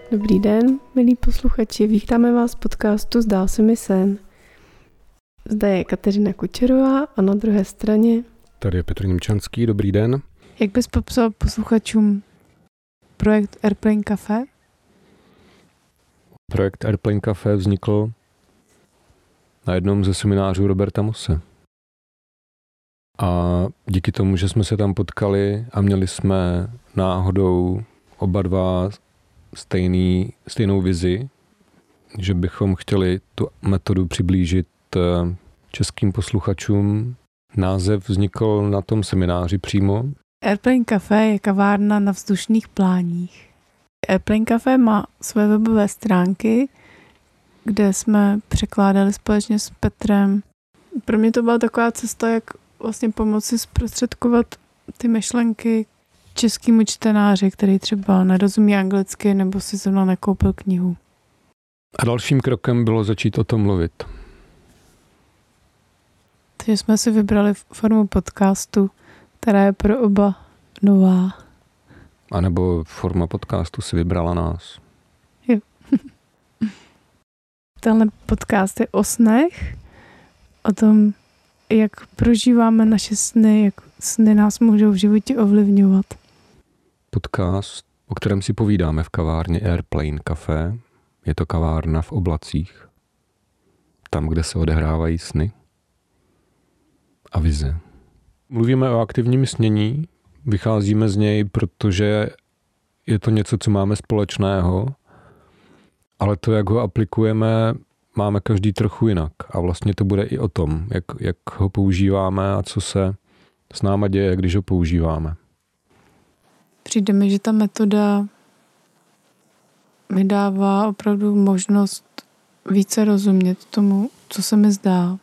Dobrý den, milí posluchači, vítáme vás v podcastu Zdál se mi sen. Zde je Kateřina Kučerová a na druhé straně tady je Petr Němčanský, dobrý den. Jak bys popsal posluchačům projekt Airplane Café? Projekt Airplane Café vznikl na jednom ze seminářů Roberta Mosse. A díky tomu, že jsme se tam potkali a měli jsme náhodou oba dva stejnou vizi, že bychom chtěli tu metodu přiblížit českým posluchačům. Název vznikl na tom semináři přímo. Airplane Café je kavárna na vzdušných pláních. Airplane Café má své webové stránky, kde jsme překládali společně s Petrem. Pro mě to byla taková cesta, jak vlastně pomoci zprostředkovat ty myšlenky českému čtenáři, který třeba nerozumí anglicky nebo si zrovna nekoupil knihu. A dalším krokem bylo začít o tom mluvit. Takže jsme si vybrali formu podcastu, která je pro oba nová. A nebo forma podcastu si vybrala nás. Jo. Tenhle podcast je o snech, o tom, jak prožíváme naše sny, jak sny nás můžou v životě ovlivňovat. Podcast, o kterém si povídáme v kavárně Airplane Café. Je to kavárna v oblacích. Tam, kde se odehrávají sny a vize. Mluvíme o aktivním snění, vycházíme z něj, protože je to něco, co máme společného, ale to, jak ho aplikujeme, máme každý trochu jinak. A vlastně to bude i o tom, jak ho používáme a co se s náma děje, když ho používáme. Přijde mi, že ta metoda mi dává opravdu možnost více rozumět tomu, co se mi zdá.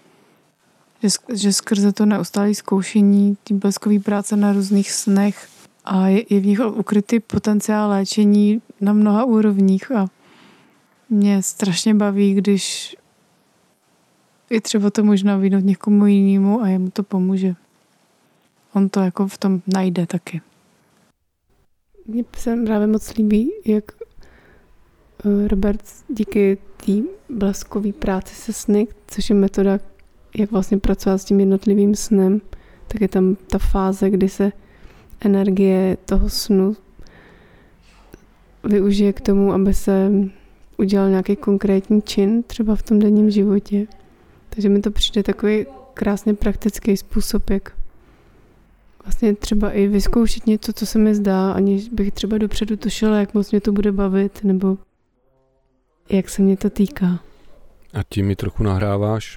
Že skrze to neustálé zkoušení, té bleskové práce na různých snech a je v nich ukrytý potenciál léčení na mnoha úrovních a mě strašně baví, když je třeba to možná vyjnout někomu jinému a jemu to pomůže. On to jako v tom najde taky. mně se právě moc líbí, jak Robert díky té bleskové práci se sny, což je metoda, jak vlastně pracovat s tím jednotlivým snem, tak je tam ta fáze, kdy se energie toho snu využije k tomu, aby se udělal nějaký konkrétní čin, třeba v tom denním životě. Takže mi to přijde takový krásně praktický způsob, jak vlastně třeba i vyzkoušet něco, co se mi zdá, aniž bych třeba dopředu tušila, jak moc mě to bude bavit, nebo jak se mě to týká. A tím mi trochu nahráváš,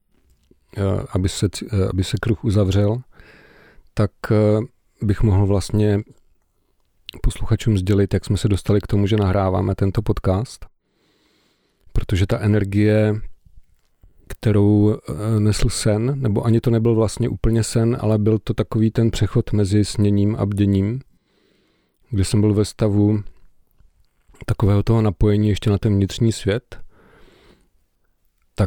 aby se kruh uzavřel, tak bych mohl vlastně posluchačům sdělit, jak jsme se dostali k tomu, že nahráváme tento podcast. Protože ta energie, kterou nesl sen, nebo ani to nebyl vlastně úplně sen, ale byl to takový ten přechod mezi sněním a bděním, kde jsem byl ve stavu takového toho napojení ještě na ten vnitřní svět, tak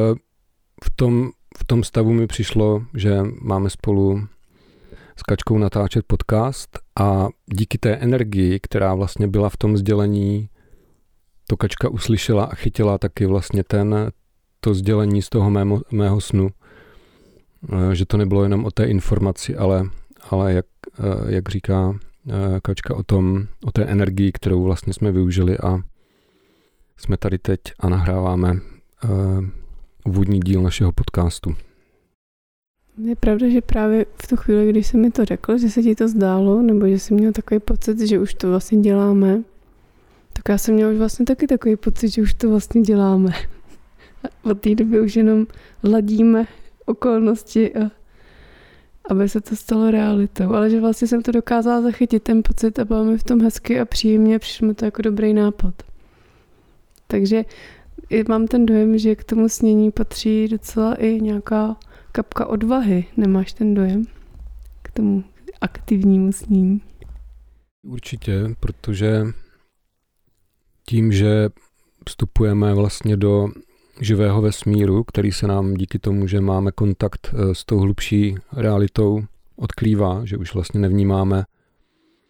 v tom stavu mi přišlo, že máme spolu s Kačkou natáčet podcast a díky té energii, která vlastně byla v tom sdělení, to Kačka uslyšela a chytila taky vlastně to sdělení z toho mého snu. Že to nebylo jenom o té informaci, ale jak říká Kačka o té energii, kterou vlastně jsme využili a jsme tady teď a nahráváme úvodní díl našeho podcastu. Je pravda, že právě v tu chvíli, když jsem mi to řekl, že se ti to zdálo, nebo že jsi měl takový pocit, že už to vlastně děláme, tak já jsem měla už vlastně taky takový pocit, že už to vlastně děláme. A od té doby už jenom ladíme okolnosti, aby se to stalo realitou. Ale že vlastně jsem to dokázala zachytit, ten pocit, a bylo mi v tom hezky a příjemně, přišlo mi to jako dobrý nápad. Takže mám ten dojem, že k tomu snění patří docela i nějaká kapka odvahy. Nemáš ten dojem k tomu aktivnímu snění? Určitě, protože tím, že vstupujeme vlastně do živého vesmíru, který se nám díky tomu, že máme kontakt s tou hlubší realitou, odkrývá, že už vlastně nevnímáme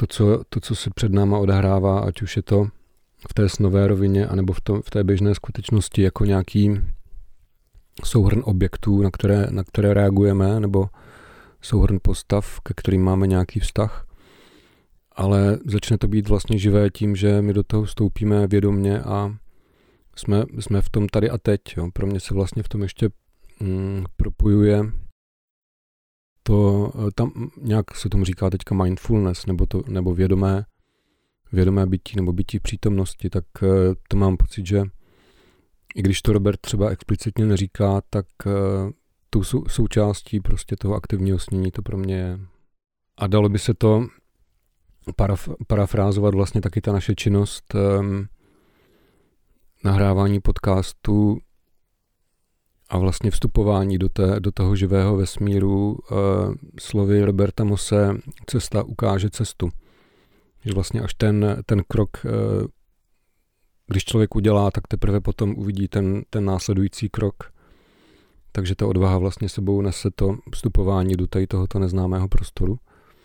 to, co se před náma odehrává, ať už je to v té snové rovině, anebo v té běžné skutečnosti jako nějaký souhrn objektů, na které reagujeme, nebo souhrn postav, ke kterým máme nějaký vztah. Ale začne to být vlastně živé tím, že my do toho vstoupíme vědomně a jsme v tom tady a teď. Jo. Pro mě se vlastně v tom ještě propojuje to, tam nějak se tomu říká teďka mindfulness, nebo vědomé bytí, nebo bytí přítomnosti, tak to mám pocit, že i když to Robert třeba explicitně neříká, tak tou součástí prostě toho aktivního snění to pro mě je. A dalo by se to parafrázovat vlastně taky ta naše činnost nahrávání podcastu a vlastně vstupování do toho živého vesmíru slovy Roberta Mosse cesta ukáže cestu. Že vlastně až ten krok, když člověk udělá, tak teprve potom uvidí ten následující krok. Takže ta odvaha vlastně sebou nese to vstupování do tohoto neznámého prostoru.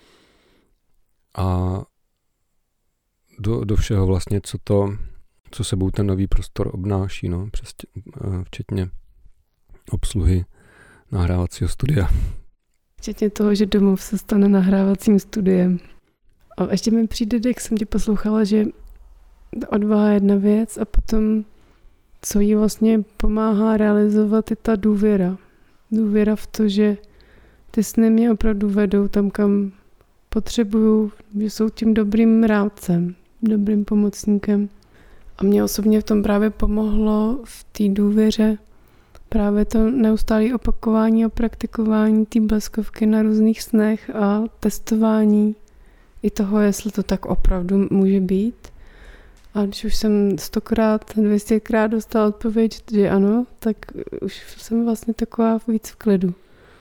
A do všeho vlastně, co sebou ten nový prostor obnáší, no, včetně obsluhy nahrávacího studia. Včetně toho, že domov se stane nahrávacím studiem. A ještě mi přijde, jak jsem tě poslouchala, že odvaha je jedna věc a potom, co jí vlastně pomáhá realizovat, je ta důvěra. Důvěra v to, že ty sny mě opravdu vedou tam, kam potřebuju, že jsou tím dobrým rádcem, dobrým pomocníkem. A mě osobně v tom právě pomohlo v té důvěře právě to neustálé opakování a praktikování té bleskovky na různých snech a testování i toho, jestli to tak opravdu může být. A když už jsem 100krát, 200krát dostala odpověď, že ano, tak už jsem vlastně taková víc v klidu.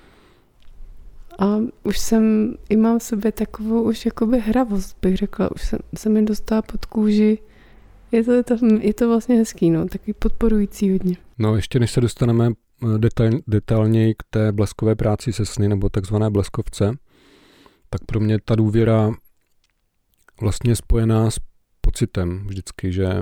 A už mám v sobě takovou už jakoby hravost, bych řekla. Už se mi dostala pod kůži. Je to vlastně hezký, no, taky podporující hodně. No, ještě než se dostaneme detailněji k té bleskové práci se sny, nebo takzvané bleskovce, tak pro mě ta důvěra vlastně je spojená s pocitem vždycky, že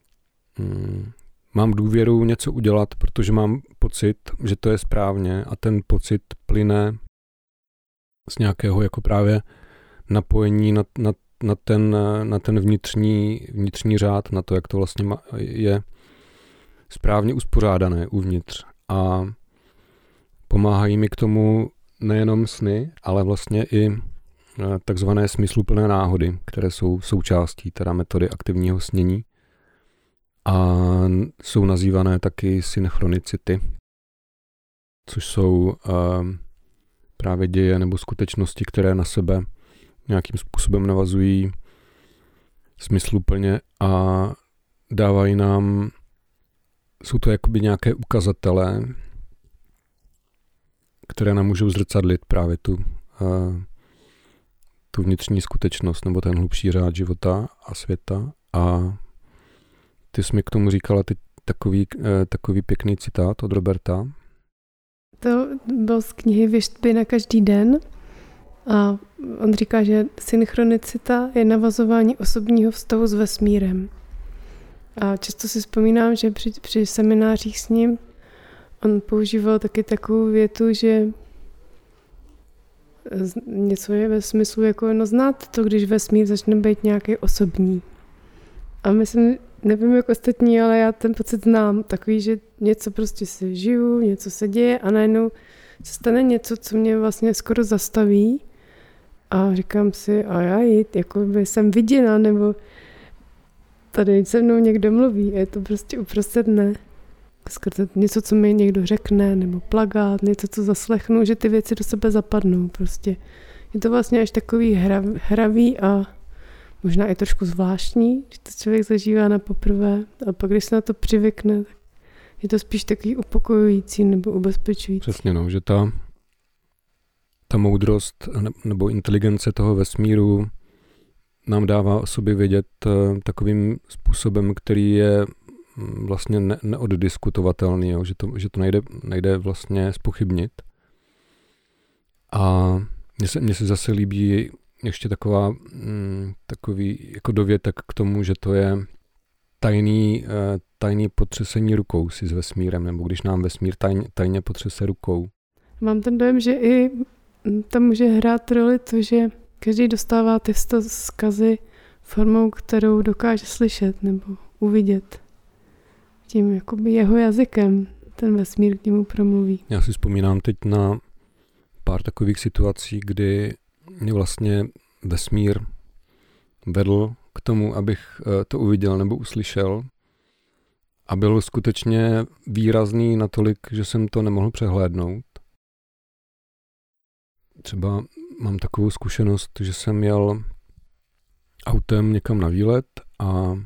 mám důvěru něco udělat, protože mám pocit, že to je správně a ten pocit plyne z nějakého jako právě napojení na ten vnitřní řád, na to, jak to vlastně je správně uspořádané uvnitř. A pomáhají mi k tomu nejenom sny, ale vlastně i takzvané smysluplné náhody, které jsou součástí teda metody aktivního snění a jsou nazývané taky synchronicity, což jsou právě děje nebo skutečnosti, které na sebe nějakým způsobem navazují smysluplně a dávají nám, jsou to jakoby nějaké ukazatele, které nám můžou zrcadlit právě tu vnitřní skutečnost nebo ten hlubší řád života a světa. A ty jsi mi k tomu říkala teď takový pěkný citát od Roberta. To byl z knihy Věštby na každý den. A on říká, že synchronicita je navazování osobního vztahu s vesmírem. A často si vzpomínám, že při seminářích s ním on používal taky takovou větu, že něco je ve smyslu jako znát to, když vesmír začne být nějaký osobní. A myslím, nevím jak ostatní, ale já ten pocit znám. Takový, že něco prostě si žiju, něco se děje a najednou se stane něco, co mě vlastně skoro zastaví. A říkám si, a já jít, jako by jsem viděna, nebo tady se mnou někdo mluví. A je to prostě uprostřed dne. Skoro něco, co mi někdo řekne, nebo plagát, něco, co zaslechnu, že ty věci do sebe zapadnou. Prostě je to vlastně až takový hravý a možná i trošku zvláštní, když to člověk zažívá na poprvé. A pak, když se na to přivykne, tak je to spíš takový upokojující nebo ubezpečující. Přesně, no, že ta moudrost nebo inteligence toho vesmíru nám dává o sobě vědět takovým způsobem, který je vlastně neoddiskutovatelný, jo? Že to nejde vlastně zpochybnit. A mně se zase líbí ještě takový jako dovětek k tomu, že to je tajný potřesení rukou si s vesmírem, nebo když nám vesmír tajně potřese rukou. Mám ten dojem, že i tam může hrát roli to, že každý dostává ty vzkazy formou, kterou dokáže slyšet nebo uvidět. Tím jakoby jeho jazykem ten vesmír k němu promluví. Já si vzpomínám teď na pár takových situací, kdy mě vlastně vesmír vedl k tomu, abych to uviděl nebo uslyšel a byl skutečně výrazný natolik, že jsem to nemohl přehlédnout. Třeba mám takovou zkušenost, že jsem jel autem někam na výlet a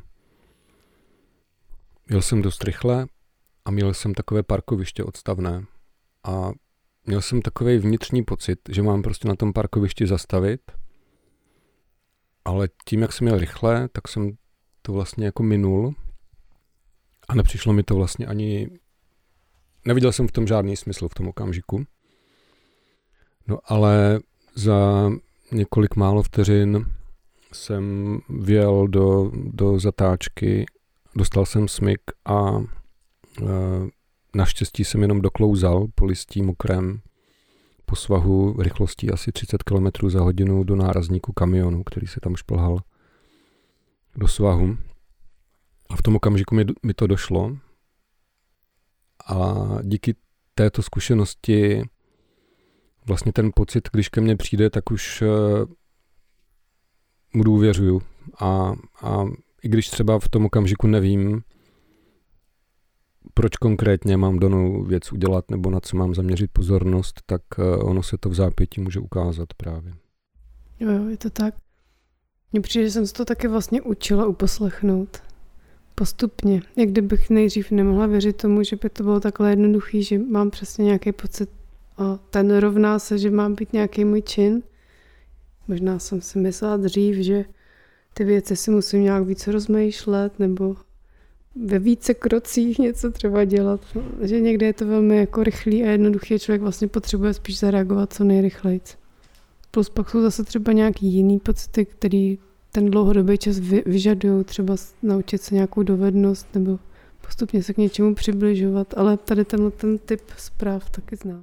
jel jsem dost rychle a měl jsem takové parkoviště odstavné a měl jsem takový vnitřní pocit, že mám prostě na tom parkovišti zastavit, ale tím, jak jsem jel rychle, tak jsem to vlastně jako minul a nepřišlo mi to vlastně ani, neviděl jsem v tom žádný smysl v tom okamžiku. No ale za několik málo vteřin jsem vjel do zatáčky, dostal jsem smyk a naštěstí jsem jenom doklouzal po listí mokrém po svahu rychlostí asi 30 km za hodinu do nárazníku kamionu, který se tam šplhal do svahu. A v tom okamžiku mi to došlo a díky této zkušenosti vlastně ten pocit, když ke mně přijde, tak už mu důvěřuju. A i když třeba v tom okamžiku nevím, proč konkrétně mám danou věc udělat nebo na co mám zaměřit pozornost, tak ono se to v zápětí může ukázat právě. Jo, je to tak. Mně přijde, že jsem se to taky vlastně učila uposlechnout. Postupně. Jak kdybych nejdřív nemohla věřit tomu, že by to bylo takhle jednoduchý, že mám přesně nějaký pocit a ten rovná se, že má být nějaký můj čin. Možná jsem si myslela dřív, že ty věci si musím nějak více rozmýšlet nebo ve více krocích něco třeba dělat. Že někdy je to velmi jako rychlý a jednoduchý, člověk vlastně potřebuje spíš zareagovat co nejrychleji. Plus pak jsou zase třeba nějaký jiný pocity, který ten dlouhodobý čas vyžadují, třeba naučit se nějakou dovednost nebo postupně se k něčemu přibližovat, ale tady ten typ zpráv taky znám.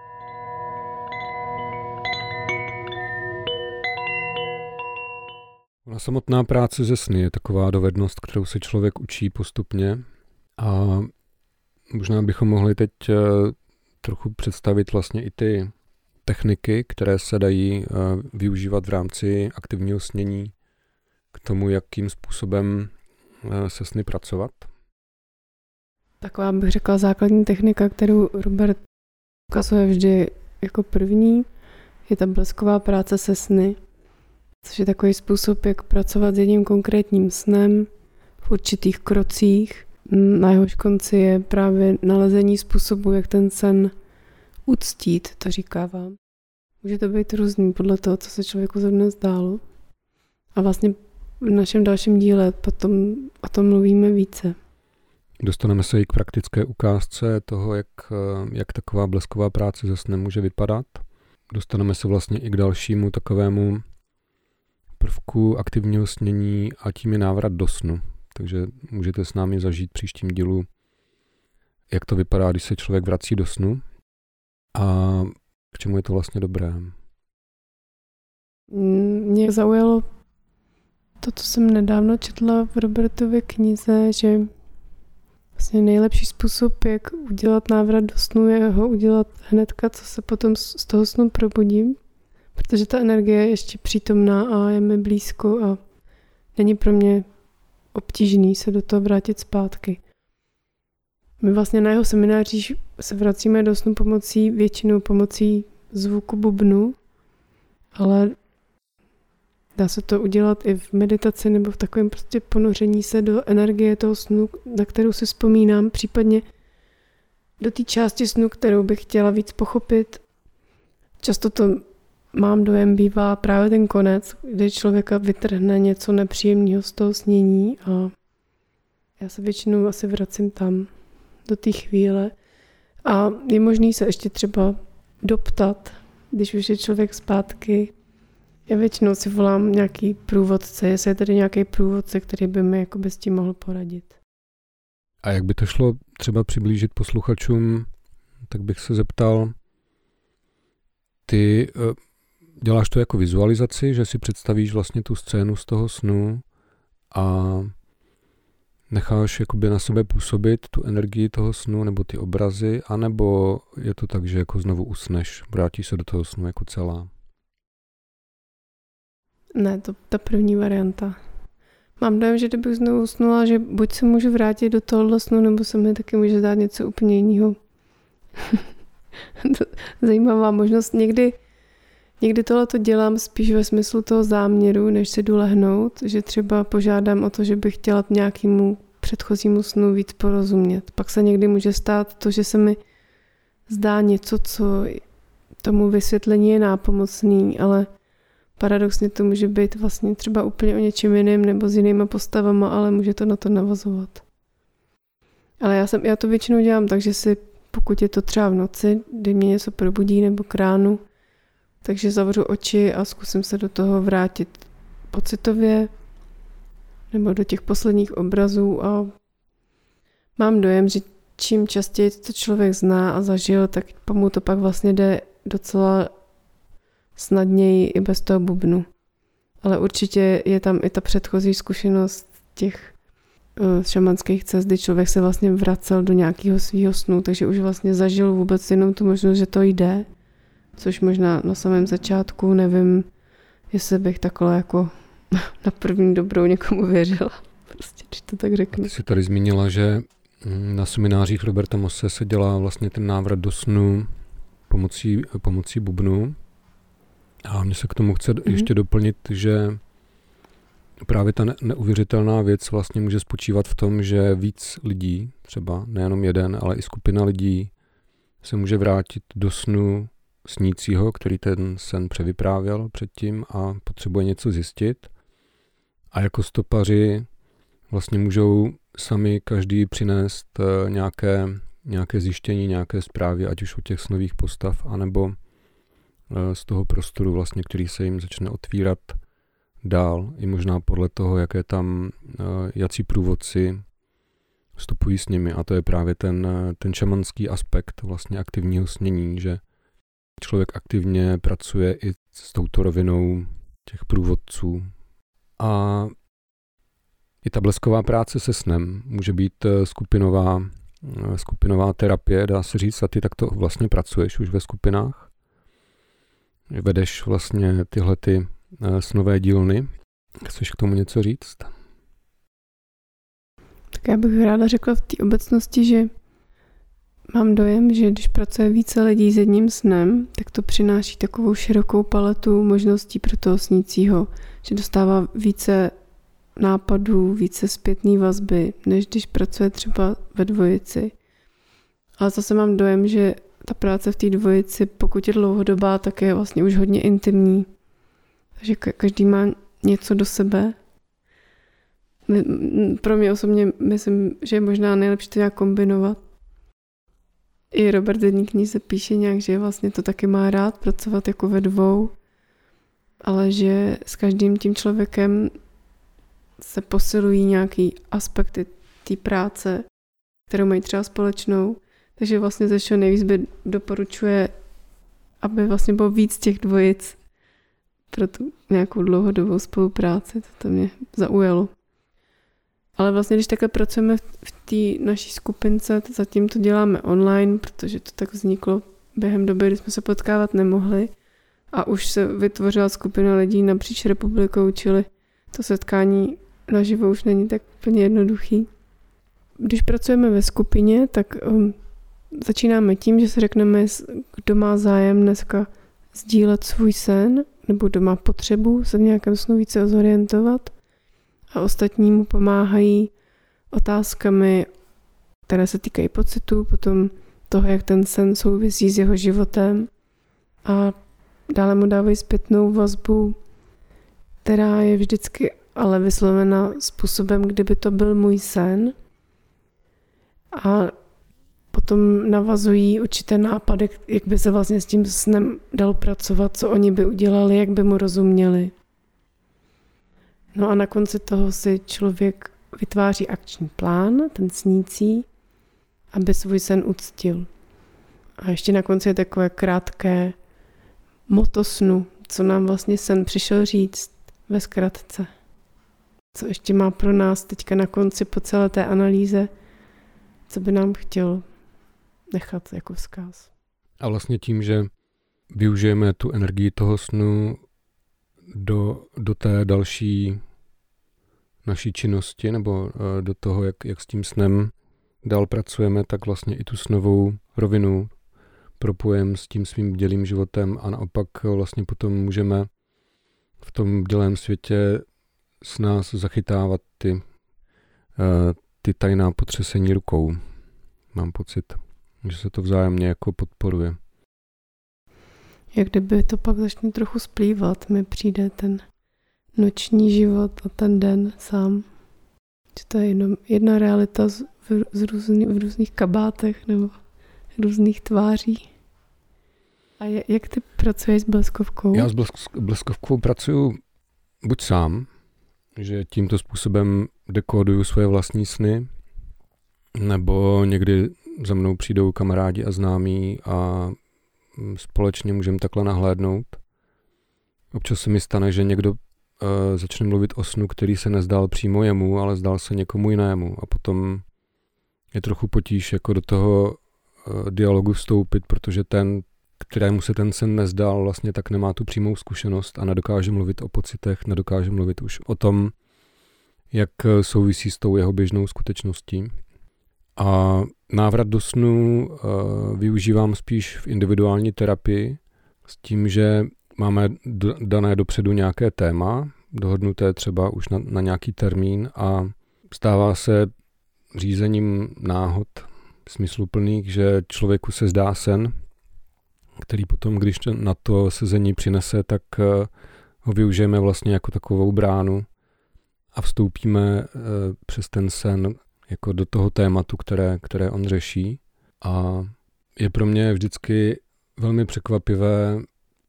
Ona samotná práce ze sny je taková dovednost, kterou se člověk učí postupně a možná bychom mohli teď trochu představit vlastně i ty techniky, které se dají využívat v rámci aktivního snění k tomu, jakým způsobem se sny pracovat. Taková bych řekla základní technika, kterou Robert ukazuje vždy jako první, je ta blesková práce se sny, což je takový způsob, jak pracovat s jedním konkrétním snem v určitých krocích. Na jehož konci je právě nalezení způsobu, jak ten sen uctít, to říkávám. Může to být různý podle toho, co se člověku zrovna zdálo. A vlastně v našem dalším díle potom o tom mluvíme více. Dostaneme se i k praktické ukázce toho, jak taková blesková práce se snem může vypadat. Dostaneme se vlastně i k dalšímu takovému prvku aktivního snění a tím je návrat do snu. Takže můžete s námi zažít v příštím dílu, jak to vypadá, když se člověk vrací do snu a k čemu je to vlastně dobré. Mě zaujalo to, co jsem nedávno četla v Robertově knize, že vlastně nejlepší způsob, jak udělat návrat do snu, je ho udělat hnedka, co se potom z toho snu probudím, protože ta energie je ještě přítomná a je mi blízko a není pro mě obtížný se do toho vrátit zpátky. My vlastně na jeho seminářích se vracíme do snu většinou pomocí zvuku bubnu, ale dá se to udělat i v meditaci nebo v takovém prostě ponoření se do energie toho snu, na kterou si vzpomínám, případně do té části snu, kterou bych chtěla víc pochopit. Často to mám dojem bývá právě ten konec, kdy člověka vytrhne něco nepříjemného z toho snění a já se většinou asi vracím tam do té chvíle a je možný se ještě třeba doptat, když už je člověk zpátky, Já většinou si volám nějaký průvodce, jestli je tady nějaký průvodce, který by mi jakoby s tím mohl poradit. A jak by to šlo třeba přiblížit posluchačům, tak bych se zeptal, ty děláš to jako vizualizaci, že si představíš vlastně tu scénu z toho snu a necháš jakoby na sebe působit tu energii toho snu nebo ty obrazy, anebo je to tak, že jako znovu usneš, vrátíš se do toho snu jako celá? Ne, to ta první varianta. Mám dojem, že kdybych znovu usnula, že buď se můžu vrátit do tohohle snu, nebo se mi taky může zdát něco úplně jiného. Zajímavá možnost. Někdy tohleto dělám spíš ve smyslu toho záměru, než se jdu lehnout, že třeba požádám o to, že bych chtěla nějakému předchozímu snu víc porozumět. Pak se někdy může stát to, že se mi zdá něco, co tomu vysvětlení je nápomocný, ale paradoxně to může být vlastně třeba úplně o něčem jiném nebo s jinýma postavama, ale může to na to navazovat. Ale já to většinou dělám tak, že si, pokud je to třeba v noci, kdy mě něco probudí nebo k ránu, takže zavřu oči a zkusím se do toho vrátit pocitově nebo do těch posledních obrazů a mám dojem, že čím častěji to člověk zná a zažil, tak mu to pak vlastně jde docela snadněji i bez toho bubnu. Ale určitě je tam i ta předchozí zkušenost těch šamanských cest, kdy člověk se vlastně vracel do nějakého svýho snu, takže už vlastně zažil vůbec jenom tu možnost, že to jde, což možná na samém začátku nevím, jestli bych takhle jako na první dobrou někomu věřila. Prostě, když to tak řeknu. Ty jsi tady zmínila, že na seminářích Roberta Mosse se dělá vlastně ten návrat do snu pomocí bubnu. A mně se k tomu chce ještě doplnit, že právě ta neuvěřitelná věc vlastně může spočívat v tom, že víc lidí, třeba nejenom jeden, ale i skupina lidí se může vrátit do snu snícího, který ten sen převyprávěl předtím a potřebuje něco zjistit. A jako stopaři vlastně můžou sami každý přinést nějaké zjištění, nějaké zprávy, ať už u těch snových postav, anebo z toho prostoru, vlastně, který se jim začne otvírat dál, i možná podle toho, jací průvodci vstupují s nimi. A to je právě ten šamanský aspekt vlastně aktivního snění, že člověk aktivně pracuje i s touto rovinou těch průvodců. A i ta blesková práce se snem může být skupinová terapie, dá se říct, a ty takto vlastně pracuješ už ve skupinách. Vedeš vlastně tyhle snové dílny. Chceš k tomu něco říct? Tak já bych ráda řekla v té obecnosti, že mám dojem, že když pracuje více lidí s jedním snem, tak to přináší takovou širokou paletu možností pro toho snícího, že dostává více nápadů, více zpětné vazby, než když pracuje třeba ve dvojici. Ale zase mám dojem, že ta práce v té dvojici, pokud je dlouhodobá, tak je vlastně už hodně intimní. Takže každý má něco do sebe. Pro mě osobně myslím, že je možná nejlepší to nějak kombinovat. I Robert v jedné knize píše nějak, že vlastně to taky má rád pracovat jako ve dvou, ale že s každým tím člověkem se posilují nějaký aspekty té práce, kterou mají třeba společnou. Takže vlastně ze všeho nejvíc by doporučuje, aby vlastně bylo víc těch dvojic pro tu nějakou dlouhodobou spolupráci. To mě zaujalo. Ale vlastně, když takhle pracujeme v té naší skupince, zatím to děláme online, protože to tak vzniklo během doby, kdy jsme se potkávat nemohli. A už se vytvořila skupina lidí napříč republikou, čili to setkání naživo už není tak úplně jednoduchý. Když pracujeme ve skupině, tak začínáme tím, že si řekneme, kdo má zájem dneska sdílet svůj sen, nebo kdo má potřebu se v nějakém snu více zorientovat. A ostatní mu pomáhají otázkami, které se týkají pocitu, potom toho, jak ten sen souvisí s jeho životem. A dále mu dávají zpětnou vazbu, která je vždycky ale vyslovena způsobem, kdyby to byl můj sen. A potom navazují určité nápady, jak by se vlastně s tím snem dalo pracovat, co oni by udělali, jak by mu rozuměli. No a na konci toho si člověk vytváří akční plán, ten snící, aby svůj sen uctil. A ještě na konci je takové krátké motto snu, co nám vlastně sen přišel říct ve zkratce. Co ještě má pro nás teďka na konci po celé té analýze, co by nám chtěl nechat jako vzkaz. A vlastně tím, že využijeme tu energii toho snu do té další naší činnosti nebo do toho, jak s tím snem dál pracujeme, tak vlastně i tu snovou rovinu propojeme s tím svým bdělým životem a naopak vlastně potom můžeme v tom bdělém světě s nás zachytávat ty tajná potřesení rukou. Mám pocit, že se to vzájemně jako podporuje. Jak kdyby to pak začne trochu splývat, mi přijde ten noční život a ten den sám. Že to je jenom jedna realita v různých kabátech nebo různých tváří. A jak ty pracuješ s bleskovkou? Já s bleskovkou pracuju buď sám, že tímto způsobem dekóduju svoje vlastní sny, nebo někdy za mnou přijdou kamarádi a známí a společně můžeme takhle nahlédnout. Občas se mi stane, že někdo začne mluvit o snu, který se nezdál přímo jemu, ale zdál se někomu jinému. A potom je trochu potíž jako do toho dialogu vstoupit, protože ten, kterému se ten sen nezdál, vlastně tak nemá tu přímou zkušenost a nedokáže mluvit o pocitech, nedokáže mluvit už o tom, jak souvisí s tou jeho běžnou skutečností. A návrat do snu využívám spíš v individuální terapii s tím, že máme dané dopředu nějaké téma, dohodnuté třeba už na nějaký termín a stává se řízením náhod smysluplných, že člověku se zdá sen, který potom, když na to sezení přinese, tak ho využijeme vlastně jako takovou bránu a vstoupíme přes ten sen jako do toho tématu, které on řeší. A je pro mě vždycky velmi překvapivé,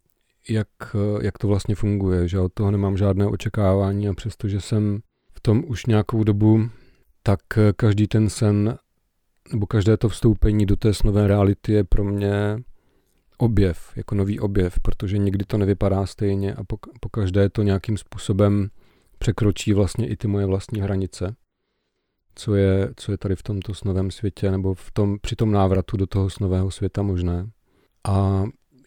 jak to vlastně funguje, že od toho nemám žádné očekávání a přestože jsem v tom už nějakou dobu, tak každý ten sen nebo každé to vstoupení do té snové reality je pro mě objev, jako nový objev, protože nikdy to nevypadá stejně a po každé to nějakým způsobem překročí vlastně i ty moje vlastní hranice, co je tady v tomto snovém světě nebo při tom návratu do toho snového světa možné. A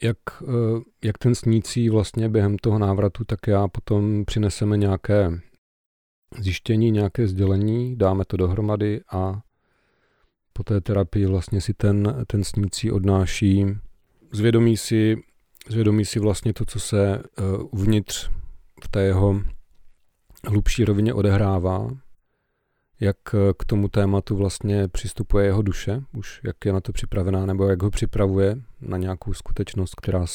jak ten snící vlastně během toho návratu, tak já potom přineseme nějaké zjištění, nějaké sdělení, dáme to dohromady a po té terapii vlastně si ten snící odnáší, zvědomí si vlastně to, co se uvnitř v té jeho hlubší rovině odehrává, jak k tomu tématu vlastně přistupuje jeho duše, už jak je na to připravená, nebo jak ho připravuje na nějakou skutečnost,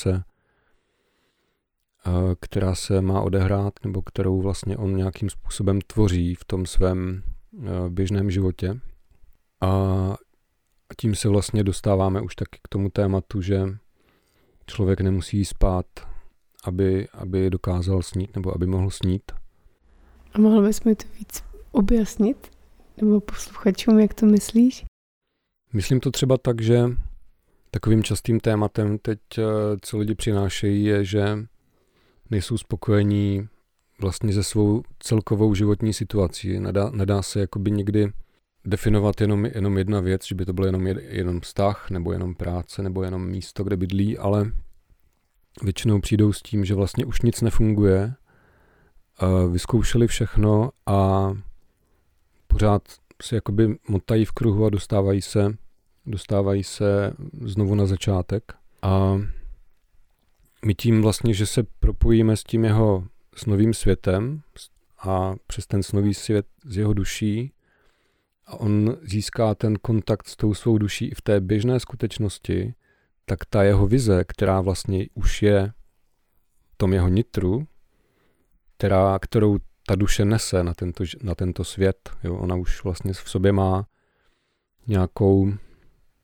která se má odehrát, nebo kterou vlastně on nějakým způsobem tvoří v tom svém běžném životě. A tím se vlastně dostáváme už taky k tomu tématu, že člověk nemusí spát, aby dokázal snít, nebo aby mohl snít. A mohl bys mi to víc objasnit? Nebo posluchačům, jak to myslíš? Myslím to třeba tak, že takovým častým tématem teď, co lidi přinášejí, je, že nejsou spokojení vlastně se svou celkovou životní situací. Nedá se jakoby nikdy definovat jenom jedna věc, že by to byl jenom vztah, nebo jenom práce, nebo jenom místo, kde bydlí, ale většinou přijdou s tím, že vlastně už nic nefunguje, vyzkoušeli všechno a pořád se jakoby motají v kruhu a dostávají se znovu na začátek. A my tím vlastně, že se propojíme s tím jeho snovým světem a přes ten snový svět z jeho duší a on získá ten kontakt s tou svou duší i v té běžné skutečnosti, tak ta jeho vize, která vlastně už je v tom jeho nitru, kterou ta duše nese na tento svět. Jo? Ona už vlastně v sobě má nějakou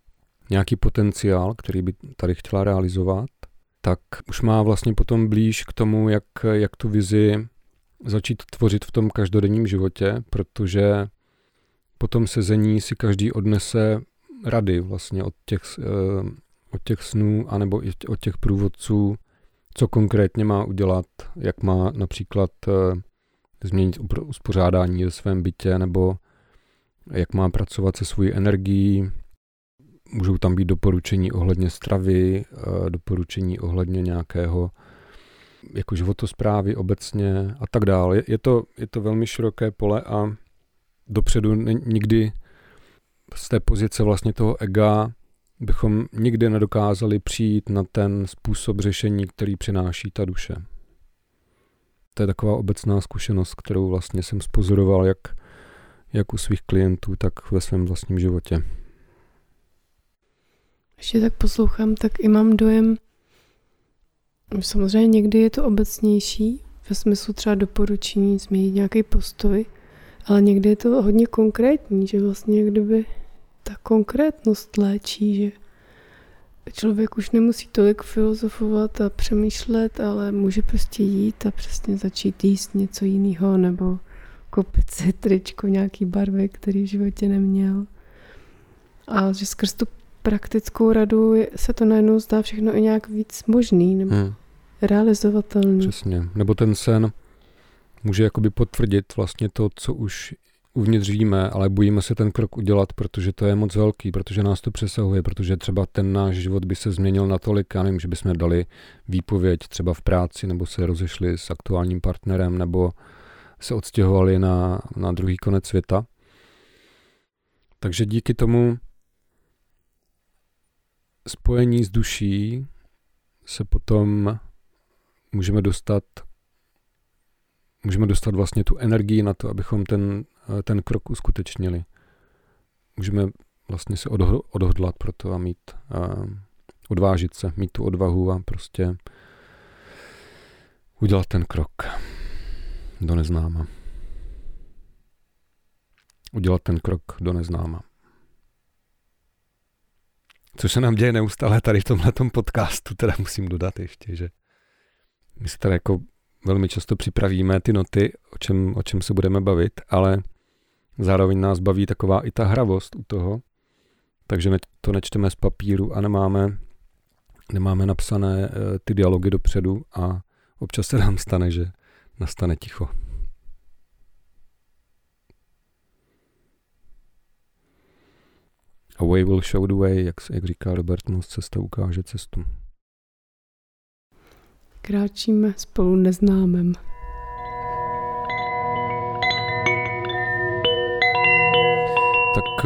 nějaký potenciál, který by tady chtěla realizovat, tak už má vlastně potom blíž k tomu, jak tu vizi začít tvořit v tom každodenním životě, protože potom sezení si každý odnese rady vlastně od těch snů, anebo i od těch průvodců, co konkrétně má udělat, jak má například změnit uspořádání ve svém bytě, nebo jak má pracovat se svojí energií. Můžou tam být doporučení ohledně stravy, doporučení ohledně nějakého jako životosprávy obecně a tak dále. Je to velmi široké pole a dopředu nikdy z té pozice vlastně toho ega bychom nikdy nedokázali přijít na ten způsob řešení, který přináší ta duše. To je taková obecná zkušenost, kterou vlastně jsem zpozoroval jak u svých klientů, tak ve svém vlastním životě. Ještě tak poslouchám, tak i mám dojem, že samozřejmě někdy je to obecnější, ve smyslu třeba doporučení, změnit nějaký postoj, ale někdy je to hodně konkrétní, že vlastně kdyby ta konkrétnost léčí, že člověk už nemusí tolik filozofovat a přemýšlet, ale může prostě jít a přesně začít jíst něco jiného nebo koupit si tričko nějaký barvy, který v životě neměl. A že skrz tu praktickou radu se to najednou zdá všechno i nějak víc možný nebo realizovatelný. Přesně. Nebo ten sen může jakoby potvrdit vlastně to, co už uvnitř víme, ale bojíme se ten krok udělat, protože to je moc velký, protože nás to přesahuje, protože třeba ten náš život by se změnil natolik, já nevím, že bychom dali výpověď třeba v práci, nebo se rozešli s aktuálním partnerem, nebo se odstěhovali na druhý konec světa. Takže díky tomu spojení s duší se potom můžeme dostat vlastně tu energii na to, abychom ten krok uskutečnili. Můžeme vlastně se odhodlat pro to a odvážit se, mít tu odvahu a prostě udělat ten krok do neznáma. Udělat ten krok do neznáma. Což se nám děje neustále tady v tomhletom podcastu, teda musím dodat ještě, že my se tady jako velmi často připravíme ty noty, o čem se budeme bavit, ale zároveň nás baví taková i ta hravost u toho, takže to nečteme z papíru a nemáme napsané ty dialogy dopředu a občas se nám stane, že nastane ticho. A way will show the way, jak říká Robert Moss, cesta ukáže cestu. Kráčíme spolu neznámem. Tak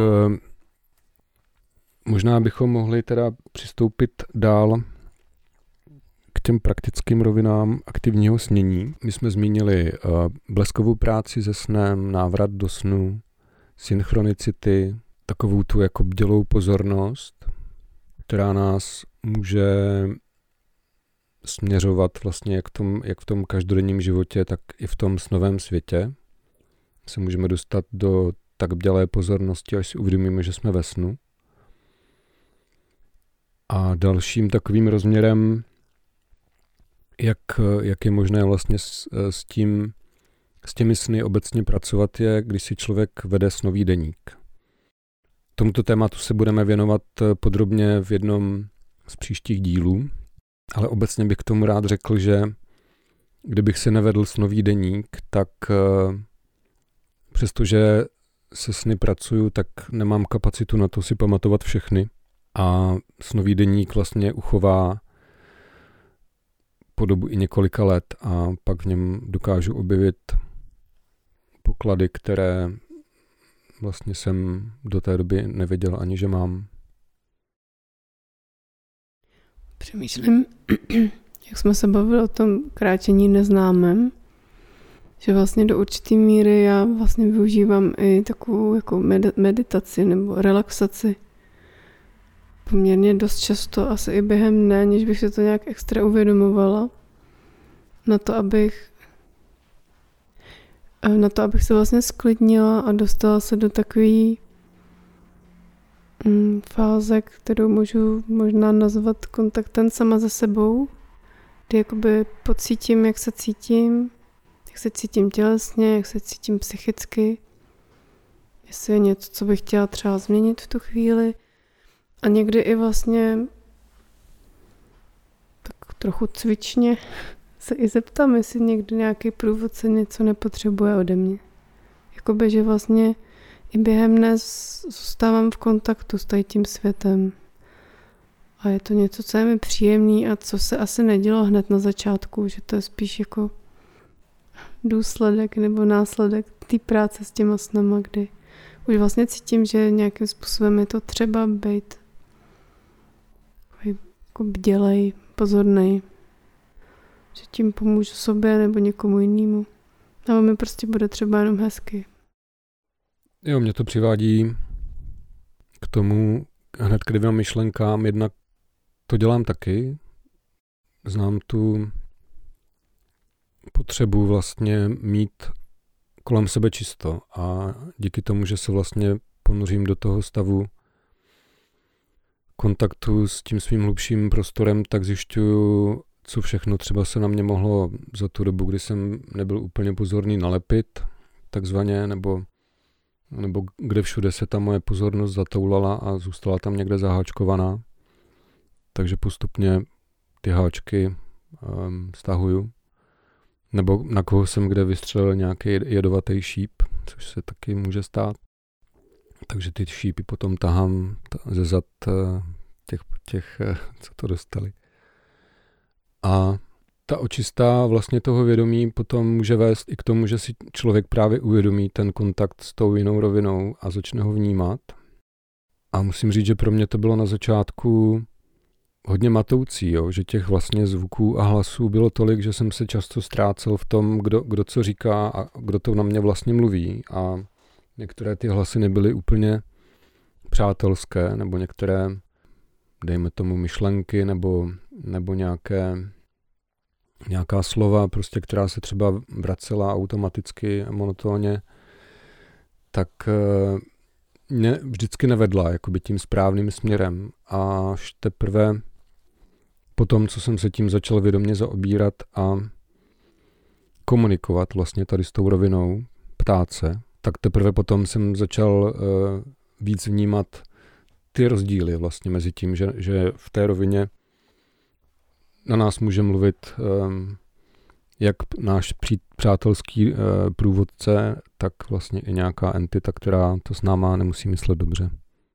možná bychom mohli teda přistoupit dál k těm praktickým rovinám aktivního snění. My jsme zmínili bleskovou práci se snem, návrat do snu, synchronicity, takovou tu jako bdělou pozornost, která nás může směřovat vlastně jak v tom každodenním životě, tak i v tom snovém světě. Se můžeme dostat do tak bdělé pozornosti, až si uvědomíme, že jsme ve snu. A dalším takovým rozměrem, jak je možné vlastně s těmi sny obecně pracovat, je, když si člověk vede snový deník. Tomuto tématu se budeme věnovat podrobně v jednom z příštích dílů, ale obecně bych k tomu rád řekl, že kdybych si nevedl snový deník, tak přestože se sny pracuju, tak nemám kapacitu na to si pamatovat všechny a snový deník vlastně uchová po dobu i několika let a pak v něm dokážu objevit poklady, které vlastně jsem do té doby nevěděl ani, že mám. Přemýšlím, jak jsme se bavili o tom kráčení neznámém, že vlastně do určité míry já vlastně využívám i takovou jako meditaci nebo relaxaci. Poměrně dost často, asi i během dne, aniž bych se to nějak extra uvědomovala, na to, abych se vlastně sklidnila a dostala se do takové fáze, kterou můžu možná nazvat kontaktem sama se sebou, kdy jakoby pocítím, jak se cítím tělesně, jak se cítím psychicky, jestli je něco, co bych chtěla třeba změnit v tu chvíli. A někdy i vlastně tak trochu cvičně se i zeptám, jestli někdy nějaký průvodce něco nepotřebuje ode mě. Jakoby, že vlastně i během dne zůstávám v kontaktu s tím světem. A je to něco, co je mi příjemný a co se asi nedělo hned na začátku, že to je spíš jako důsledek nebo následek té práce s těma snama, kdy už vlastně cítím, že nějakým způsobem je to třeba být jako bdělej, pozornej, že tím pomůžu sobě nebo někomu jinému. A mi prostě bude třeba jenom hezky. Jo, mě to přivádí k tomu hned k dvěma myšlenkám. Jednak to dělám taky. Znám tu potřebu vlastně mít kolem sebe čisto a díky tomu, že se vlastně ponořím do toho stavu kontaktu s tím svým hlubším prostorem, tak zjišťuju, co všechno třeba se na mě mohlo za tu dobu, kdy jsem nebyl úplně pozorný, nalepit, takzvaně, nebo kde všude se ta moje pozornost zatoulala a zůstala tam někde zaháčkovaná. Takže postupně ty háčky stahuju. Nebo na koho jsem kde vystřelil nějaký jedovatý šíp, což se taky může stát. Takže ty šípy potom tahám ze zad těch, co to dostali. A ta očista vlastně toho vědomí potom může vést i k tomu, že si člověk právě uvědomí ten kontakt s tou jinou rovinou a začne ho vnímat. A musím říct, že pro mě to bylo na začátku hodně matoucí, jo? Že těch vlastně zvuků a hlasů bylo tolik, že jsem se často ztrácel v tom, kdo co říká a kdo to na mě vlastně mluví. A některé ty hlasy nebyly úplně přátelské, nebo některé, dejme tomu, myšlenky, nebo nějaká slova, prostě, která se třeba vracela automaticky, monotónně, tak mě vždycky nevedla jakoby tím správným směrem. A až teprve potom, co jsem se tím začal vědomě zaobírat a komunikovat vlastně tady s tou rovinou, ptát se, tak teprve potom jsem začal víc vnímat ty rozdíly vlastně mezi tím, že v té rovině na nás může mluvit jak náš přátelský průvodce, tak vlastně i nějaká entita, která to s náma nemusí myslet dobře.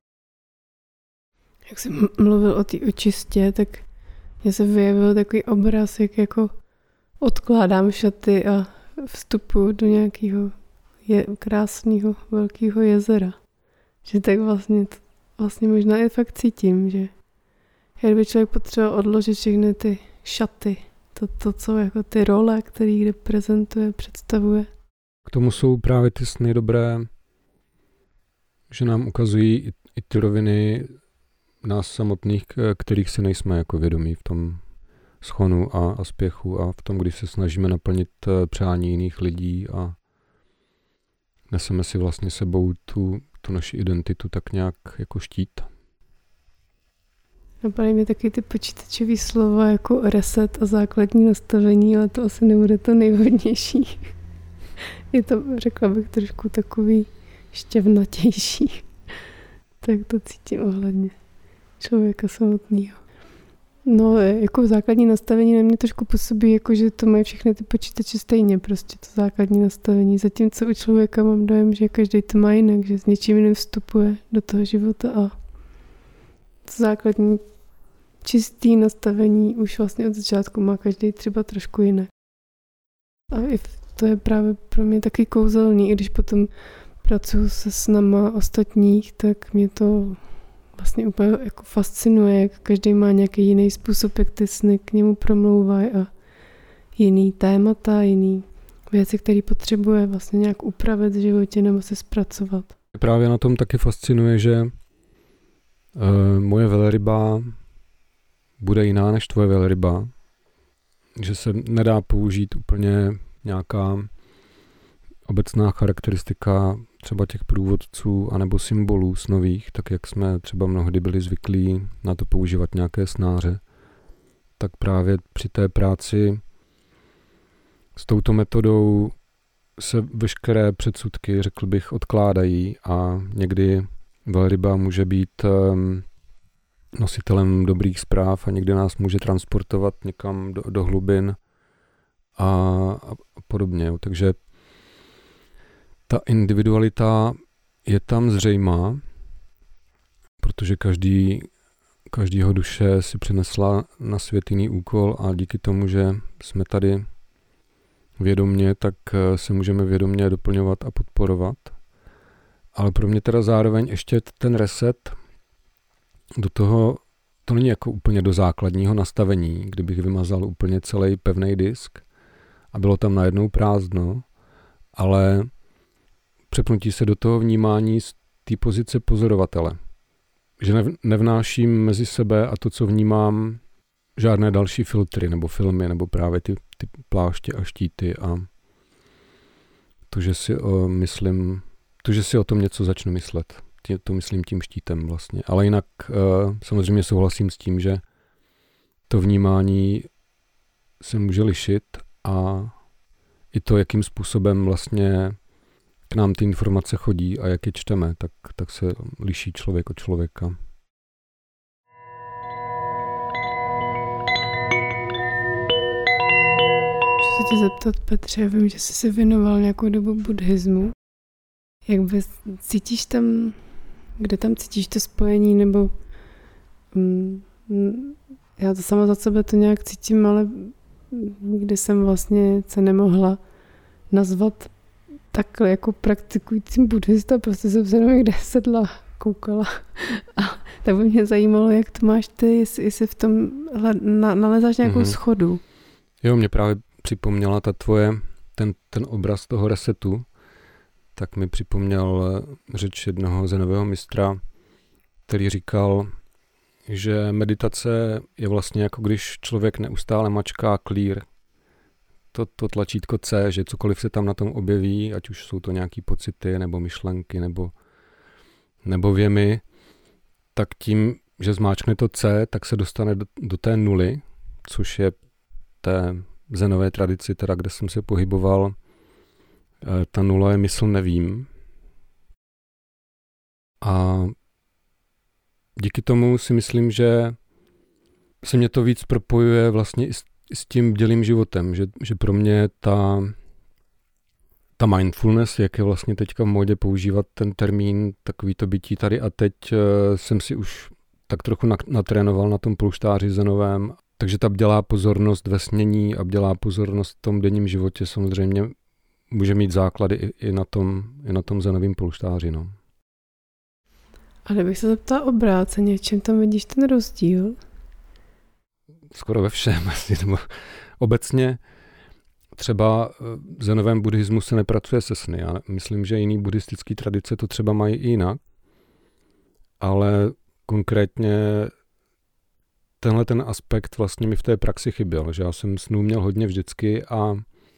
Jak jsem mluvil o té očistě, tak mně se vyjevil takový obraz, jak jako odkládám šaty a vstupuji do nějakého krásného velkého jezera. Že tak vlastně možná i fakt cítím, že kdyby člověk potřeboval odložit všechny ty šaty, to co jako ty role, který reprezentuje, představuje. K tomu jsou právě ty sny dobré, že nám ukazují i ty roviny nás samotných, kterých si nejsme jako vědomí v tom schonu a spěchu a v tom, když se snažíme naplnit přání jiných lidí a neseme si vlastně sebou tu naši identitu tak nějak jako štít. Napadají mi taky ty počítačové slova jako reset a základní nastavení, ale to asi nebude to nejvhodnější. Je to, řekla bych, trošku takový štěvnatější. Tak to cítím ohledně člověka samotného. No, jako základní nastavení na mě trošku působí, jako že to mají všechny ty počítače stejně, prostě to základní nastavení. Zatímco u člověka mám dojem, že každý to má jinak, že s něčím jiným vstupuje do toho života a to základní čistý nastavení už vlastně od začátku má každý třeba trošku jinak. A i to je právě pro mě taky kouzelný, i když potom pracuji se snama ostatních, tak mě to vlastně úplně jako fascinuje, jak každý má nějaký jiný způsob, jak ty sny k němu promlouvají a jiný témata, jiný věci, které potřebuje vlastně nějak upravit v životě nebo se zpracovat. Právě na tom taky fascinuje, že moje velryba bude jiná než tvoje velryba, že se nedá použít úplně nějaká obecná charakteristika třeba těch průvodců anebo symbolů snových, tak jak jsme třeba mnohdy byli zvyklí na to používat nějaké snáře, tak právě při té práci s touto metodou se veškeré předsudky, řekl bych, odkládají a někdy velryba může být nositelem dobrých zpráv a někdy nás může transportovat někam do hlubin a podobně. Takže ta individualita je tam zřejmá, protože každýho duše si přinesla na svět jiný úkol a díky tomu, že jsme tady vědomně, tak se můžeme vědomně doplňovat a podporovat. Ale pro mě teda zároveň ještě ten reset do toho, to není jako úplně do základního nastavení, kdybych vymazal úplně celý pevný disk a bylo tam najednou prázdno, ale přepnutí se do toho vnímání z té pozice pozorovatele. Že nevnáším mezi sebe a to, co vnímám, žádné další filtry nebo filmy nebo právě ty pláště a štíty a to, že si o tom něco začnu myslet. To myslím tím štítem vlastně. Ale jinak samozřejmě souhlasím s tím, že to vnímání se může lišit a i to, jakým způsobem vlastně k nám ty informace chodí a jak je čteme, tak se liší člověk od člověka. Chci se tě zeptat, Petře, vím, že jsi se věnoval nějakou dobu buddhismu. Jak cítíš tam, kde tam cítíš to spojení, nebo já to sama za sebe to nějak cítím, ale nikdy jsem vlastně se nemohla nazvat takhle jako praktikujícím buddhista, prostě jsem se někde sedla, koukala. A tak by mě zajímalo, jak to máš ty, jestli v tom nalezáš nějakou schodu. Jo, mě právě připomněla ta tvoje, ten obraz toho resetu, tak mi připomněl řeč jednoho zenového mistra, který říkal, že meditace je vlastně jako když člověk neustále mačká clear, to tlačítko C, že cokoliv se tam na tom objeví, ať už jsou to nějaký pocity nebo myšlenky nebo věmy, tak tím, že zmáčkne to C, tak se dostane do té nuly, což je té zenové tradici, teda kde jsem se pohyboval. Ta nula je mysl nevím. A díky tomu si myslím, že se mě to víc propojuje vlastně i s tím bdělým životem, že pro mě ta mindfulness, jak je vlastně teďka v módě používat ten termín, takový to bytí tady a teď jsem si už tak trochu natrénoval na tom polštáři zenovém, takže ta bdělá pozornost ve snění a bdělá pozornost v tom denním životě samozřejmě může mít základy i na tom zenovým polštáři. No. A kdybych se zeptala obráceně, čím tam vidíš ten rozdíl? Skoro ve všem. Nebo obecně třeba v zenovém buddhismu se nepracuje se sny. Já myslím, že jiný buddhistický tradice to třeba mají i jinak, ale konkrétně tenhle ten aspekt vlastně mi v té praxi chyběl, že já jsem snů měl hodně vždycky a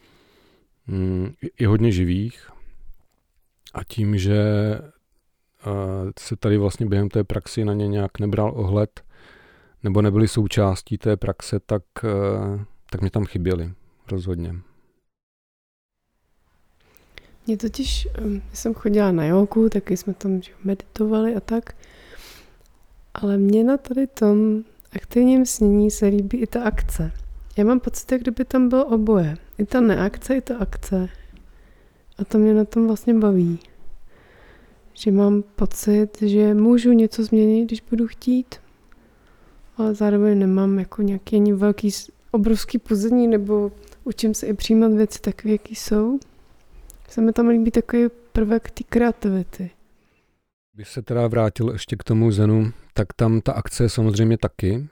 i hodně živých a tím, že se tady vlastně během té praxi na ně nějak nebral ohled nebo nebyly součástí té praxe, tak mě tam chyběly rozhodně. Mě totiž, jsem chodila na jógu, taky jsme tam meditovali a tak, ale mě na tady tom aktivním snění se líbí i ta akce. Já mám pocit, jak kdyby tam bylo oboje. I ta neakce, i ta akce. A to mě na tom vlastně baví. Že mám pocit, že můžu něco změnit, když budu chtít, ale zároveň nemám jako nějaký velký, obrovský puzení, nebo učím se i přijímat věci takové, jaký jsou. Se mi tam líbí takový prvek té kreativity. Když se teda vrátil ještě k tomu zenu, tak tam ta akce je samozřejmě taky,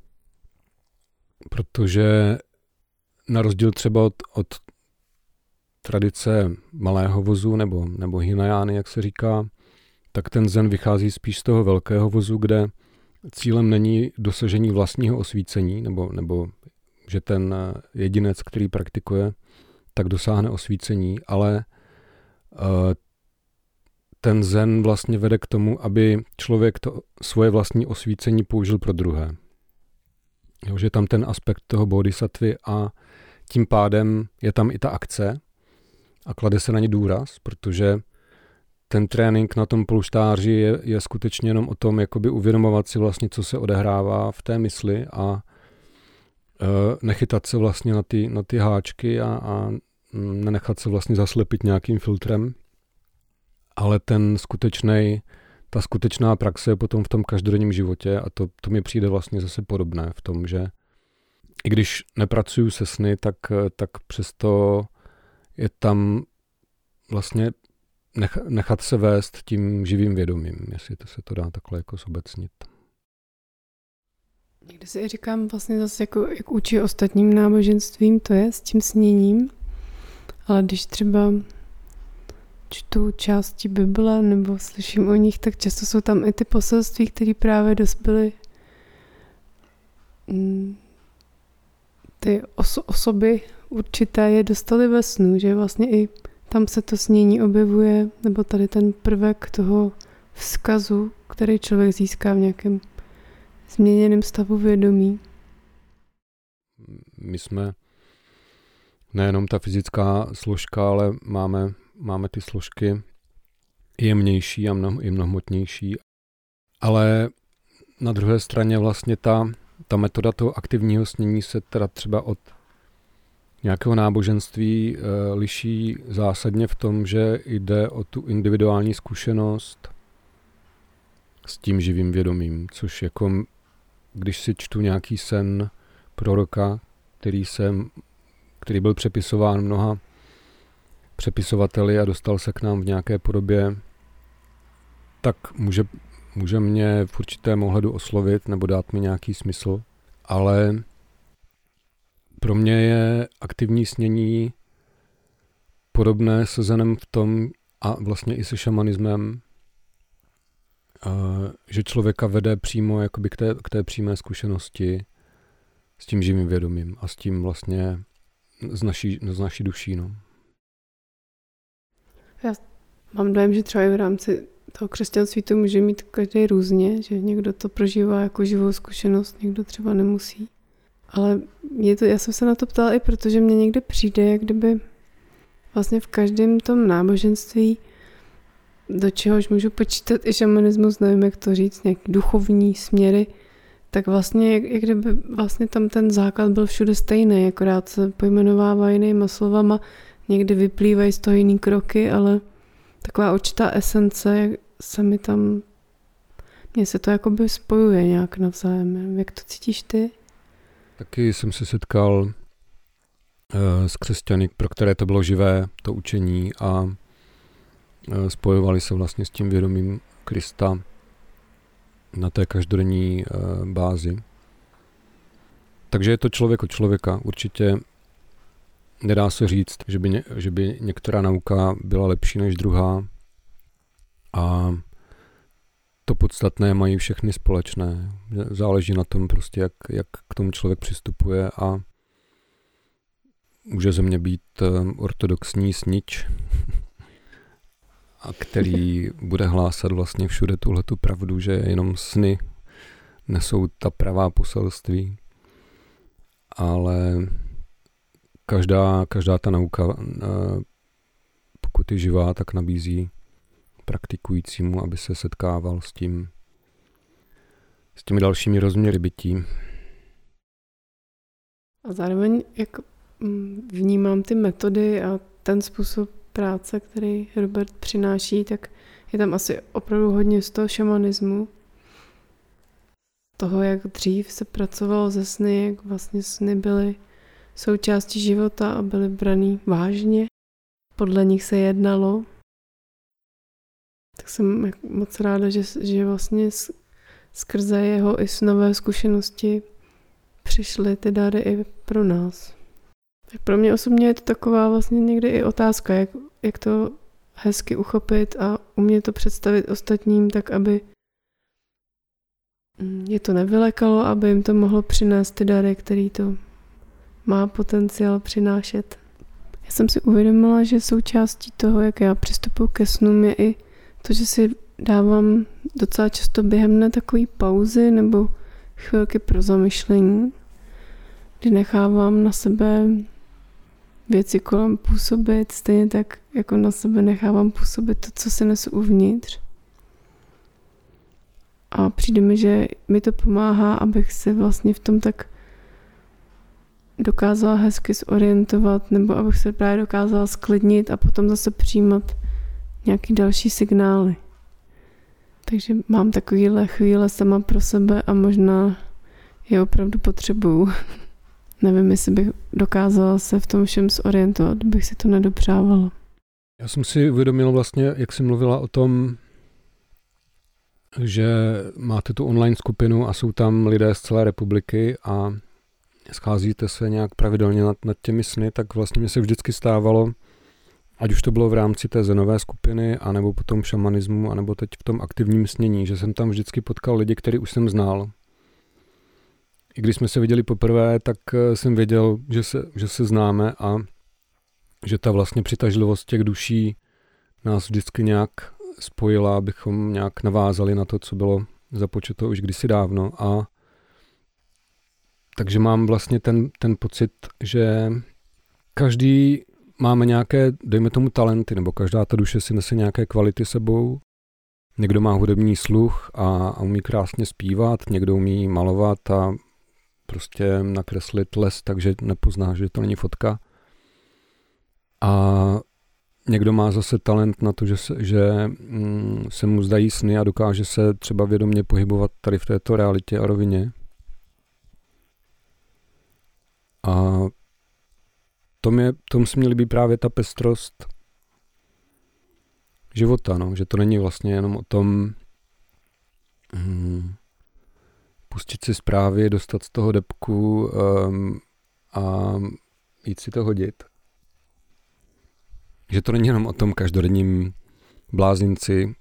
protože na rozdíl třeba od tradice malého vozu nebo hinajány, jak se říká, tak ten zen vychází spíš z toho velkého vozu, kde cílem není dosažení vlastního osvícení, nebo že ten jedinec, který praktikuje, tak dosáhne osvícení, ale ten zen vlastně vede k tomu, aby člověk to svoje vlastní osvícení použil pro druhé. Jo, že tam ten aspekt toho bodhisattvy a tím pádem je tam i ta akce a klade se na ně důraz, protože ten trénink na tom polštáři je skutečně jenom o tom, jakoby uvědomovat si vlastně, co se odehrává v té mysli a nechytat se vlastně na ty háčky a nenechat se vlastně zaslepit nějakým filtrem. Ale ta skutečná praxe je potom v tom každodenním životě a to mi přijde vlastně zase podobné v tom, že i když nepracuju se sny, tak přesto je tam vlastně nechat se vést tím živým vědomím, jestli to se to dá takhle jako zobecnit. Někdy si říkám vlastně zase, jako, jak učí ostatním náboženstvím, to je s tím sněním, ale když třeba čtu části Bible nebo slyším o nich, tak často jsou tam i ty poselství, které právě dospěly ty osoby určité je dostaly ve snu, že vlastně i tam se to snění objevuje, nebo tady ten prvek toho vzkazu, který člověk získá v nějakém změněném stavu vědomí. My jsme nejenom ta fyzická složka, ale máme ty složky jemnější a i mnohomotnější. Ale na druhé straně vlastně ta metoda toho aktivního snění se teda třeba od nějakého náboženství liší zásadně v tom, že jde o tu individuální zkušenost s tím živým vědomím, což jako když si čtu nějaký sen proroka, který byl přepisován mnoha přepisovateli a dostal se k nám v nějaké podobě, tak může mě v určitém ohledu oslovit nebo dát mi nějaký smysl, ale pro mě je aktivní snění podobné se zenem v tom a vlastně i se šamanismem, že člověka vede přímo jakoby k té přímé zkušenosti s tím živým vědomím a s tím vlastně z naší duší. No. Já mám dojem, že třeba i v rámci toho křesťanství to může mít každý různě, že někdo to prožívá jako živou zkušenost, někdo třeba nemusí. Ale já jsem se na to ptala i proto, že mně někde přijde, jak kdyby vlastně v každém tom náboženství, do čehož můžu počítat i šamanismus, nevím, jak to říct, nějaký duchovní směry, tak vlastně, jak kdyby vlastně tam ten základ byl všude stejný, akorát se pojmenovává jinýma slovama, někdy vyplývají z toho jiný kroky, ale taková určitá esence mně se to jakoby spojuje nějak navzájem. Jak to cítíš ty? Taky jsem se setkal s křesťany, pro které to bylo živé, to učení a spojovali se vlastně s tím vědomím Krista na té každodenní bázi. Takže je to člověk od člověka. Určitě nedá se říct, že by některá nauka byla lepší než druhá a to podstatné mají všechny společné. Záleží na tom prostě, jak k tomu člověk přistupuje a může ze mě být ortodoxní snič, a který bude hlásat vlastně všude tuhletu pravdu, že jenom sny nesou ta pravá poselství. Ale každá ta nauka, pokud je živá, tak nabízí praktikujícímu, aby se setkával s těmi dalšími rozměry bytí. A zároveň, jak vnímám ty metody a ten způsob práce, který Robert přináší, tak je tam asi opravdu hodně z toho šamanismu. Toho, jak dřív se pracovalo se sny, jak vlastně sny byly součástí života a byly braný vážně. Podle nich se jednalo. Tak jsem moc ráda, že vlastně skrze jeho i snové zkušenosti přišly ty dary i pro nás. Tak pro mě osobně je to taková vlastně někdy i otázka, jak to hezky uchopit a umět to představit ostatním, tak aby je to nevylekalo, aby jim to mohlo přinést ty dary, který to má potenciál přinášet. Já jsem si uvědomila, že součástí toho, jak já přistupuji ke snům, je i to, že si dávám docela často během dne takový pauzy nebo chvilky pro zamyšlení, kdy nechávám na sebe věci kolem působit, stejně tak jako na sebe nechávám působit to, co se nesu uvnitř. A přijde mi, že mi to pomáhá, abych se vlastně v tom tak dokázala hezky zorientovat, nebo abych se právě dokázala sklidnit a potom zase přijímat nějaký další signály. Takže mám takovýhle chvíle sama pro sebe a možná je opravdu potřebuju. Nevím, jestli bych dokázala se v tom všem zorientovat, bych si to nedopřávala. Já jsem si uvědomil vlastně, jak jsi mluvila o tom, že máte tu online skupinu a jsou tam lidé z celé republiky a scházíte se nějak pravidelně nad těmi sny, tak vlastně mi se vždycky stávalo, ať už to bylo v rámci té zenové skupiny, anebo potom v šamanismu, anebo teď v tom aktivním snění, že jsem tam vždycky potkal lidi, který už jsem znal. I když jsme se viděli poprvé, tak jsem věděl, že se známe a že ta vlastně přitažlivost těch duší nás vždycky nějak spojila, abychom nějak navázali na to, co bylo započeto už kdysi dávno. A takže mám vlastně ten pocit, že každý máme nějaké, dejme tomu, talenty, nebo každá ta duše si nese nějaké kvality sebou. Někdo má hudební sluch a umí krásně zpívat, někdo umí malovat a prostě nakreslit les, takže nepozná, že to není fotka. A někdo má zase talent na to, že se mu zdají sny a dokáže se třeba vědomě pohybovat tady v této realitě a rovině. A tomu se mi líbí právě ta pestrost života, no? Že to není vlastně jenom o tom pustit si zprávy, dostat z toho debku a jít si to hodit. Že to není jenom o tom každodenním blázinci,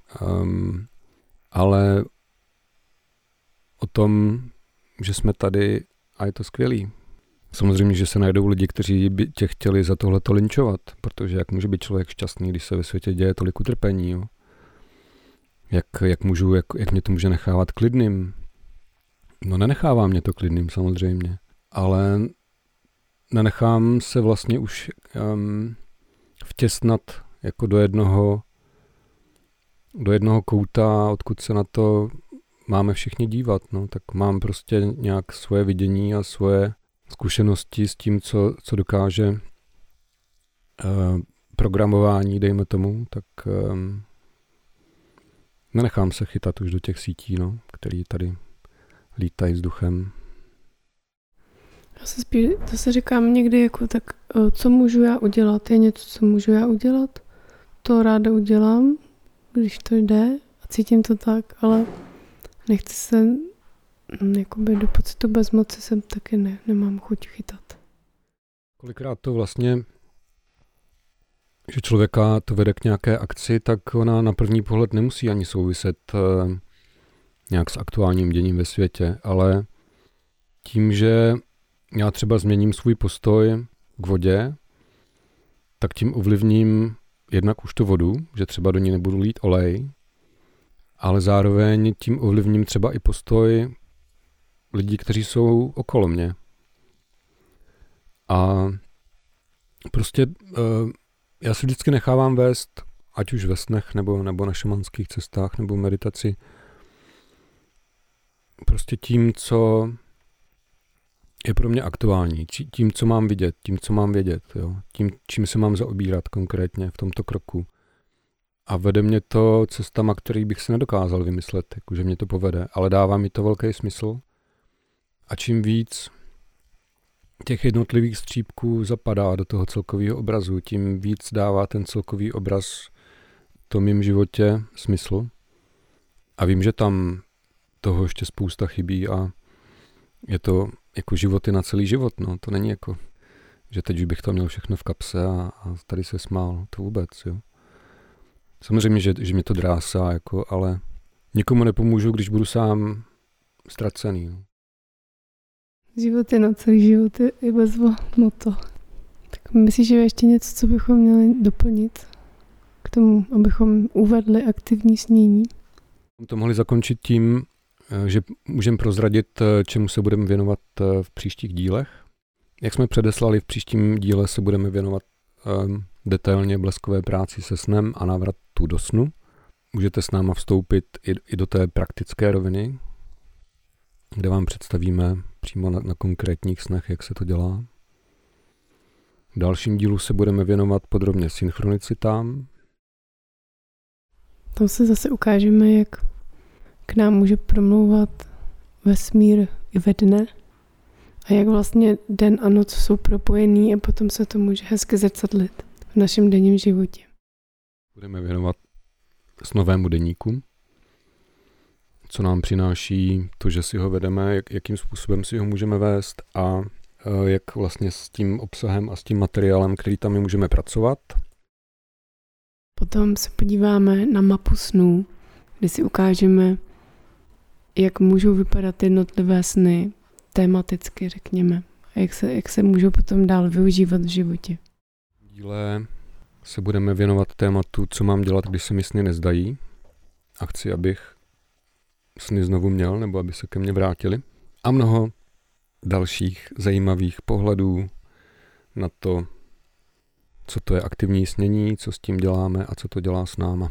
ale o tom, že jsme tady a je to skvělý. Samozřejmě, že se najdou lidi, kteří by tě chtěli za tohleto linčovat, protože jak může být člověk šťastný, když se ve světě děje tolik utrpení, jo? Jak mě to může nechávat klidným? No nenechává mě to klidným samozřejmě, ale nenechám se vlastně už vtěsnat jako do jednoho kouta, odkud se na to máme všichni dívat, no, tak mám prostě nějak svoje vidění a svoje zkušenosti s tím, co dokáže programování, dejme tomu, tak nenechám se chytat už do těch sítí, no, který tady lítají vzduchem. To se říkám někdy jako tak, co můžu já udělat? Je něco, co můžu já udělat? To ráda udělám, když to jde a cítím to tak, ale nechci se jakoby do pocitu bezmoci jsem taky nemám chuť chytat. Kolikrát to vlastně, že člověka to vede k nějaké akci, tak ona na první pohled nemusí ani souviset nějak s aktuálním děním ve světě, ale tím, že já třeba změním svůj postoj k vodě, tak tím ovlivním jednak už tu vodu, že třeba do ní nebudu lít olej, ale zároveň tím ovlivním třeba i postoj lidí, kteří jsou okolo mě. A prostě já si vždycky nechávám vést, ať už ve snech, nebo na šamanských cestách, nebo meditaci, prostě tím, co je pro mě aktuální, tím, co mám vidět, tím, co mám vědět, jo? Tím, čím se mám zaobírat konkrétně v tomto kroku. A vede mě to cestama, který bych si nedokázal vymyslet, jakože mě to povede, ale dává mi to velký smysl. A čím víc těch jednotlivých střípků zapadá do toho celkového obrazu, tím víc dává ten celkový obraz v tom mým životě smysl. A vím, že tam toho ještě spousta chybí a je to jako životy na celý život, no. To není jako, že teď už bych to měl všechno v kapse a tady se smál, to vůbec, jo. Samozřejmě, že mě to drásá, jako, ale nikomu nepomůžu, když budu sám ztracený. No. Život je na celý život, je bezva moto. Tak myslíš, že je ještě něco, co bychom měli doplnit k tomu, abychom uvedli aktivní snění. To mohli zakončit tím, že můžeme prozradit, čemu se budeme věnovat v příštích dílech. Jak jsme předeslali, v příštím díle se budeme věnovat detailně bleskové práci se snem a návratu do snu. Můžete s náma vstoupit i do té praktické roviny, kde vám představíme přímo na konkrétních snech, jak se to dělá. V dalším dílu se budeme věnovat podrobně synchronicitám. Tam se zase ukážeme, jak k nám může promlouvat vesmír i ve dne a jak vlastně den a noc jsou propojený a potom se to může hezky zrcadlit v našem denním životě. Budeme věnovat snovému deníku, co nám přináší to, že si ho vedeme, jakým způsobem si ho můžeme vést a jak vlastně s tím obsahem a s tím materiálem, který tam můžeme pracovat. Potom se podíváme na mapu snů, kde si ukážeme, jak můžou vypadat jednotlivé sny tematicky, řekněme, a jak se můžou potom dál využívat v životě. V díle se budeme věnovat tématu, co mám dělat, když se mi sny nezdají a chci, abych sny znovu měl, nebo aby se ke mně vrátili. A mnoho dalších zajímavých pohledů na to, co to je aktivní snění, co s tím děláme a co to dělá s náma.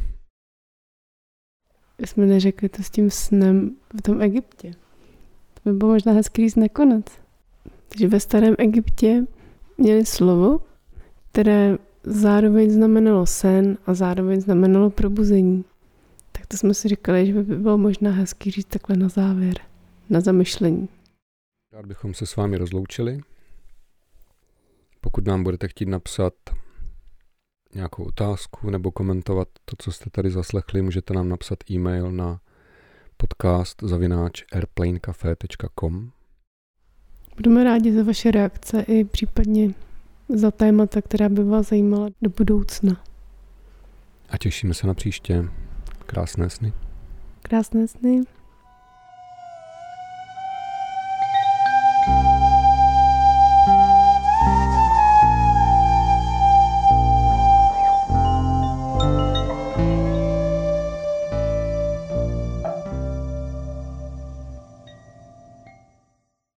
Jsme neřekli to s tím snem v tom Egyptě. To by bylo možná hezký říct nakonec. Takže ve starém Egyptě měli slovo, které zároveň znamenalo sen a zároveň znamenalo probuzení. Tak to jsme si říkali, že by bylo možná hezký říct takhle na závěr, na zamyšlení. Rád bychom se s vámi rozloučili. Pokud nám budete chtít napsat nějakou otázku nebo komentovat to, co jste tady zaslechli, můžete nám napsat e-mail na podcast@airplanecafe.com. Budeme rádi za vaše reakce i případně za témata, která by vás zajímala do budoucna. A těšíme se na příště. Krásné sny. Krásné sny.